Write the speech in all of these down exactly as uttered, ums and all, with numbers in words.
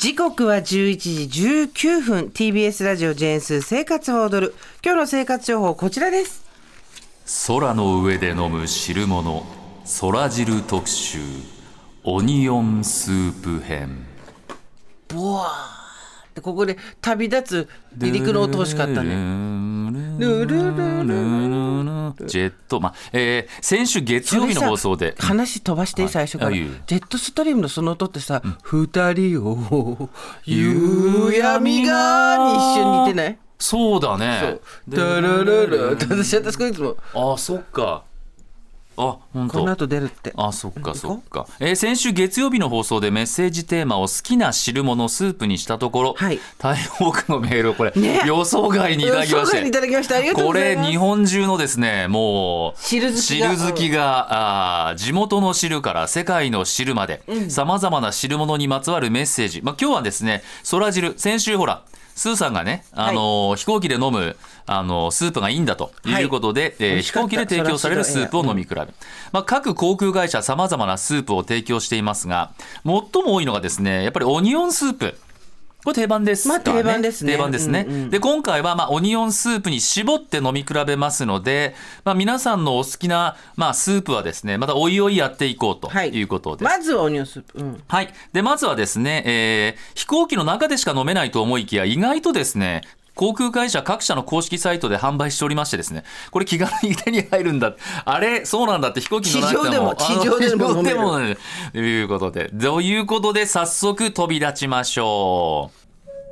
時刻はじゅういちじじゅうきゅうふん ティービーエス ラジオジェーンスー生活は踊る。今日の生活情報こちらです。 空の上で飲む汁物空汁特集オニオンスープ編。 ボワーってここで旅立つ離陸の音欲しかったね。ルルルルルジェット、まあえー、先週月曜日の放送で話飛ばして最初から、はい、ジェットストリームのその音ってさ、うん、二人を夕闇がに一瞬似てない？ そうだね。 そうダラララって私はこいつもあそっかあ本当この後出るってあそっかそっか、えー、先週月曜日の放送でメッセージテーマを好きな汁物スープにしたところ、はい、大変多くのメールをこれ、ね、予想外にいただきまして、予想外にいただきました。ありがとうございます。これ日本中のですねもう汁好きが、汁好きがあ地元の汁から世界の汁までさまざまな汁物にまつわるメッセージ、まあ、今日はですね空汁、先週ほらスーさんがね、あのーはい、飛行機で飲む、あのー、スープがいいんだということで、はいえー、飛行機で提供されるスープを飲み比べ、まあ、各航空会社さまざまなスープを提供していますが、最も多いのがですねやっぱりオニオンスープ。これ定番ですかね。 まあ、定番ですね。 定番ですね。うんうん、で今回はまあオニオンスープに絞って飲み比べますので、まあ、皆さんのお好きなまあスープはですねまたおいおいやっていこうということです。 はい、まずはオニオンスープ、うん、 はいでまずはですね、えー、飛行機の中でしか飲めないと思いきや意外とですね航空会社各社の公式サイトで販売しておりましてですね、これ気軽に手に入るんだ、あれそうなんだって飛行機の中でも地上でも地上でも飲めるということでということで早速飛び立ちましょう。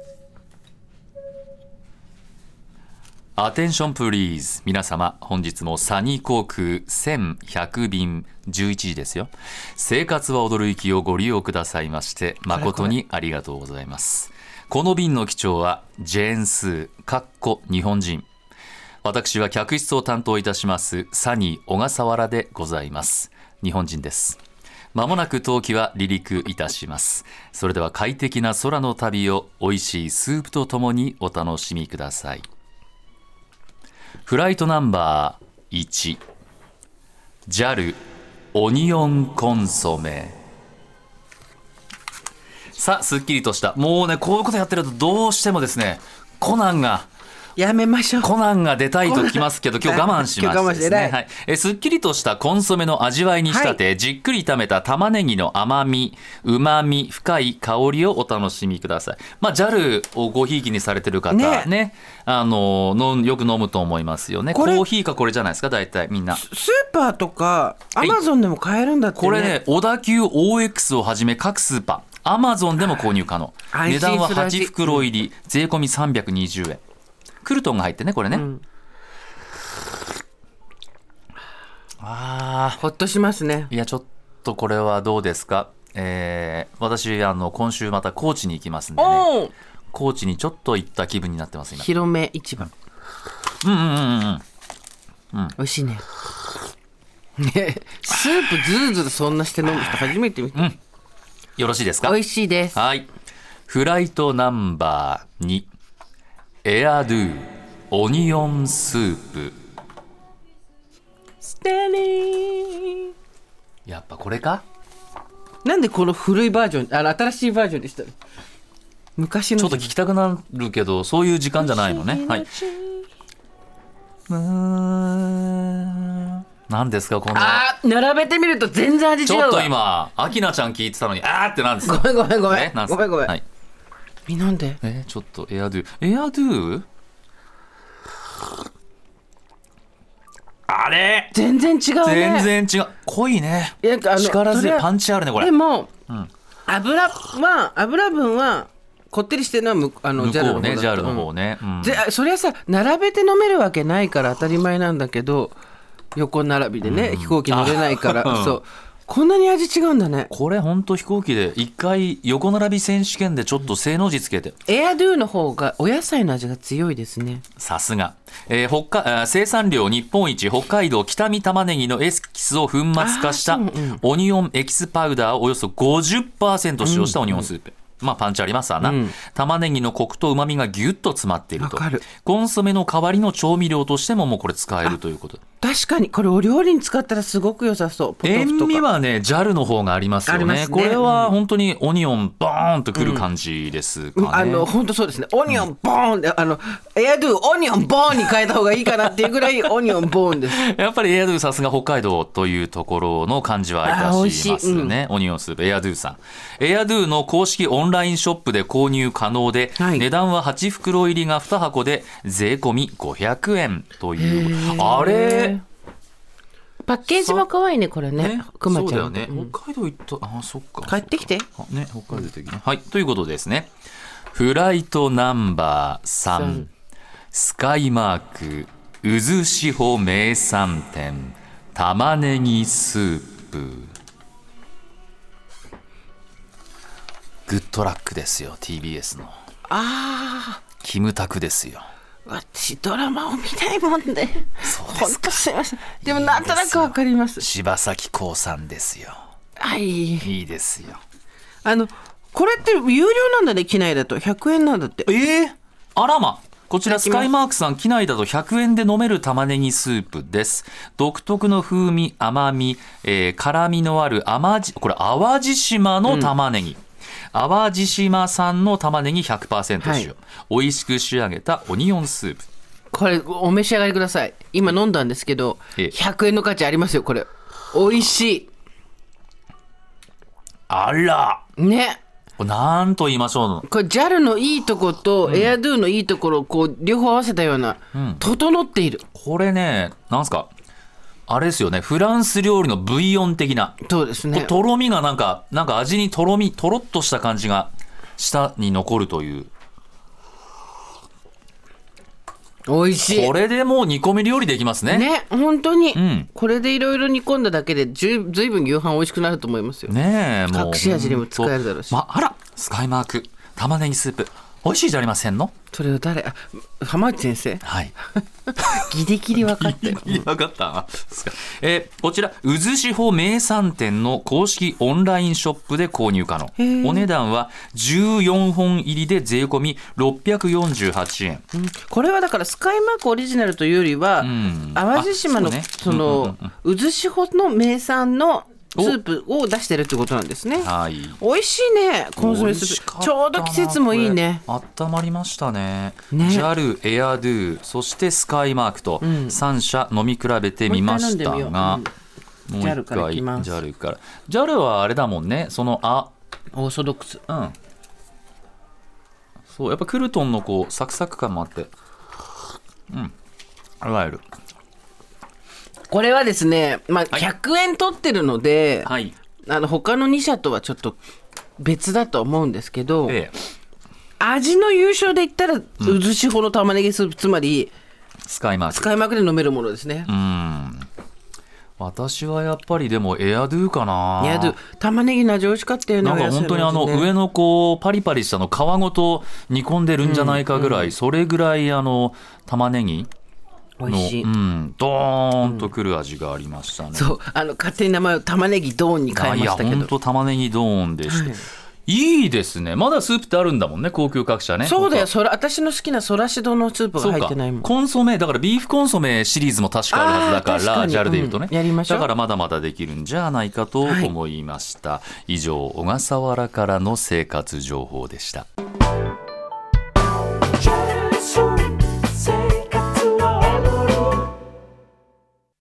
アテンションプリーズ。皆様本日もサニー航空せんひゃく便じゅういちじですよ。生活は踊る行きをご利用くださいまして誠にありがとうございます。この便の機長はジェーンスーかっこ日本人、私は客室を担当いたしますサニー小笠原でございます。日本人です。まもなく当機は離陸いたします。それでは快適な空の旅を美味しいスープとともにお楽しみください。フライトナンバーいち ジャル オニオンコンソメ。さあすっきりとしたもうねこういうことやってるとどうしてもですねコナンがやめましょう。 コナンが出たいときますけど今日我慢しましてですね、はい、えすっきりとしたコンソメの味わいに仕立て、はい、じっくり炒めた玉ねぎの甘みうまみ深い香りをお楽しみください。まあ ジャル をごひいきにされてる方 ね, ねあののよく飲むと思いますよね。コーヒーかこれじゃないですか大体みんな。 スーパーとかアマゾンでも買えるんだってね。 これね小田急 オーエックス をはじめ各スーパーアマゾンでも購入可能。値段ははち袋入り税込みさんびゃくにじゅうえん。クルトンが入ってねこれね、うん、 あほっとしますね。 いやちょっとこれはどうですか、えー、私あの今週また高知に行きますんでね、高知にちょっと行った気分になってます今。 広め市場。 うんうんうんうん、 うん、美味しいね。スープずるずるそんなして飲む人初めて見た、うん、 よろしいですか。 美味しいです。 はい。フライトナンバーにエアドゥオニオンスープ。 ステリー。 やっぱこれか。 なんでこの古いバージョンあの新しいバージョンでしたね。昔のちょっと聞きたくなるけどそういう時間じゃないのね。はい。何ですかこの。 あー並べてみると全然味違うわ。 ちょっと今アキナちゃん聞いてたのにあーってなんですか。 ごめんごめんごめん、 ね、 ごめんごめん、はい、えなんでえちょっとエアドゥエアドゥあれ全然違うね。 全然違う濃いね。 いやあの力強いパンチあるねこれ。 でも、うん、油は油分はこってりしてるのはあのジャルの方だと、ね、 ジャルの方ね、うん、 でそれはさ並べて飲めるわけないから当たり前なんだけど横並びでね、うん、飛行機乗れないからそうこんなに味違うんだね。 これほんと飛行機で一回横並び選手権でちょっと性能値つけて、 エアドゥの方がお野菜の味が強いですね。 さすが、えー、北海生産量日本一北海道北見玉ねぎのエキスを粉末化したオニオンエキスパウダーをおよそ ごじゅっパーセント 使用したオニオンスープ、 まあパンチありますわな、 うん、 玉ねぎのコクと旨味がギュッと詰まっていると。 わかる。 コンソメの代わりの調味料としてももうこれ使えるということ。 確かにこれお料理に使ったらすごく良さそう。ポトフとか塩味はね ジャル の方がありますよ ね, ねこれは本当にオニオンボーンとくる感じですかね、 うん、あの本当そうですね。オニオンボーンで、うん、あのエアドゥオニオンボーンに変えた方がいいかなっていうぐらいオニオンボーンです。 やっぱりエアドゥさすが北海道というところの感じはいたしますね、うん、オニオンスープエアドゥさん、エアドゥの公式オンラインショップで購入可能で、はい、値段ははち袋入りがに箱で税込みごひゃくえんという。あれパッケージも可愛いねこれね。 ね、 くまちゃんそうだよね、うん、北海道行った。あ、そっか、 帰ってきてね、北海道的に、うん、はい、ということですね。フライトナンバーさん、スカイマーク渦志保名産店玉ねぎスープ。グッドラックですよ ティービーエス の。 あーキムタクですよ。 私ドラマを見ないもんで。 そうですか。 本当すいません。でもなんとなくわかります。 柴咲コウさんですよ。 はい、 いいですよ。 あのこれって有料なんだね。機内だとひゃくえんなんだって。 えー、あらま。こちらスカイマークさん、機内だとひゃくえんで飲める玉ねぎスープです。独特の風味甘み、えー、辛みのある甘じこれ淡路島の玉ねぎ、うん、淡路島産の玉ねぎ ひゃくパーセント 使用、はい、美味しく仕上げたオニオンスープ。 これお召し上がりください。今飲んだんですけどひゃくえんの価値ありますよこれ。美味しい。 あらね、 なんと言いましょうの。 これ ジャル のいいとことエアドゥのいいところをこう両方合わせたような、うん、整っている。 これね、なんすかあれですよね、フランス料理のブイヨン的な。 そうですね。 とろみがなんかなんか味にとろみとろっとした感じが舌に残るという。 美味しい。 これでもう煮込み料理できますね。 ね、本当に、 うん、 これでいろいろ煮込んだだけでずいぶん夕飯美味しくなると思いますよ。 ねえ、もう隠し味にも使えるだろうし。 まあらスカイマーク玉ねぎスープ美味しいじゃありませんの。 それを誰あ浜内先生。 はいギリギリ分かったよ。 ギリギリ分かった、えー、こちら渦志保名産店の公式オンラインショップで購入可能。お値段はじゅうよんほん入りで税込みろっぴゃくよんじゅうはちえん、 うん、これはだからスカイマークオリジナルというよりは、うん、淡路島のその渦志保の名産のスープを出してるってことなんですね。 はい、 美味しいね。コンソメスープちょうど季節もいいね。 あったまりましたね。 ね、 ジャル、エアドゥ、そしてスカイマークとさん社飲み比べてみましたが、もう一回 ジャル からいきます。ジャルから。ジャルはあれだもんね、そのあオーソドックス、 うん、そうやっぱクルトンのこうサクサク感もあって、うん、いわゆるこれはですね、まあ、ひゃくえん取ってるので、 はい、 あの他のに社とはちょっと別だと思うんですけど、ええ、味の優勝で言ったら渦志保の玉ねぎスープ、つまりスカイマークスカイマークで飲めるものですね。 うん、私はやっぱりでもエアドゥかな。 エアドゥ玉ねぎの味美味しかったよね。 なんか本当にあの上のこうパリパリしたの皮ごと煮込んでるんじゃないかぐらい、うんうん、それぐらいあの玉ねぎの美味しい、 うん、ドーンとくる味がありましたね、うん、 そうあの勝手に名前を玉ねぎドーンに変えましたけど、いや本当玉ねぎドーンでした、はい、いいですね。まだスープってあるんだもんね、高級各社ね。 そうだよ、それ私の好きなソラシドのスープが入ってないもん。 コンソメだからビーフコンソメシリーズも確かあるはずだから、ジャルでいうとね、 うん、やりましょう。 だからまだまだできるんじゃないかと思いました、はい、以上小笠原からの生活情報でした。